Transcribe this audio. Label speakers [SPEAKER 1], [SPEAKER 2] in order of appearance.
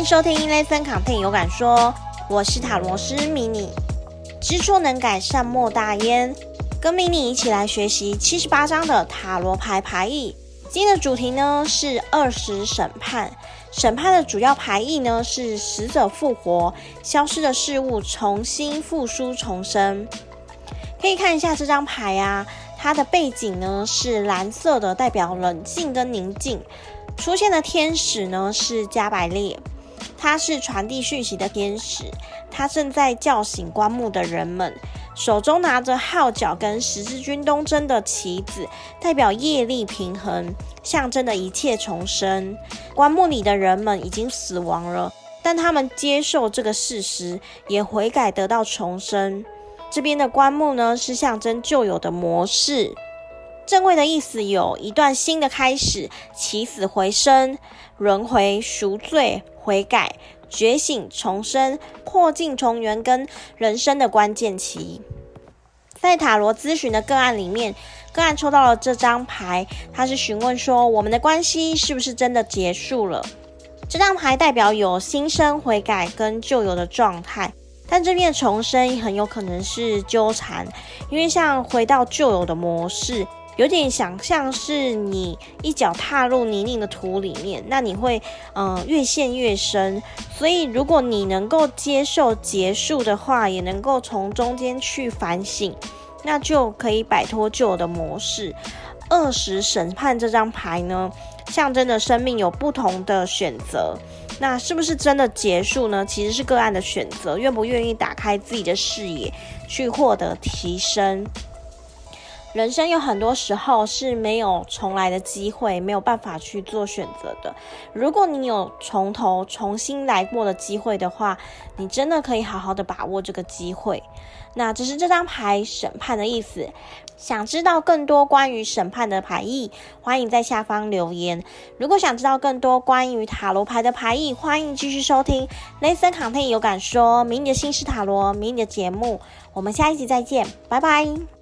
[SPEAKER 1] 收听 ListenContent 有感说，我是塔罗师迷你，知错能改，善莫大焉。跟迷你一起来学习78张的塔罗牌牌意。今天的主题呢是20审判。审判的主要牌意呢是死者复活，消失的事物重新复苏重生。可以看一下这张牌啊，它的背景呢是蓝色的，代表冷静跟宁静。出现的天使呢是加百列，他是传递讯息的天使，他正在叫醒棺木的人们，手中拿着号角跟十字军东征的旗子，代表业力平衡，象征的一切重生。棺木里的人们已经死亡了，但他们接受这个事实，也悔改得到重生。这边的棺木呢是象征旧有的模式。正位的意思有一段新的开始，起死回生，轮回、赎罪、悔改、觉醒、重生、破镜重圆跟人生的关键期。在塔罗咨询的个案里面，个案抽到了这张牌，他是询问说我们的关系是不是真的结束了。这张牌代表有新生、悔改跟旧有的状态，但这边的重生很有可能是纠缠，因为像回到旧有的模式，有点想像是你一脚踏入泥泞的土里面，那你会越陷越深。所以如果你能够接受结束的话，也能够从中间去反省，那就可以摆脱旧有的模式。20审判这张牌呢，象征的生命有不同的选择，那是不是真的结束呢？其实是个案的选择，愿不愿意打开自己的视野，去获得提升。人生有很多时候是没有重来的机会，没有办法去做选择的。如果你有从头重新来过的机会的话，你真的可以好好的把握这个机会。那这是这张牌审判的意思。想知道更多关于审判的牌意，欢迎在下方留言。如果想知道更多关于塔罗牌的牌意，欢迎继续收听 ListenContent 有感说迷你的心事塔罗迷你的节目。我们下一集再见，拜拜。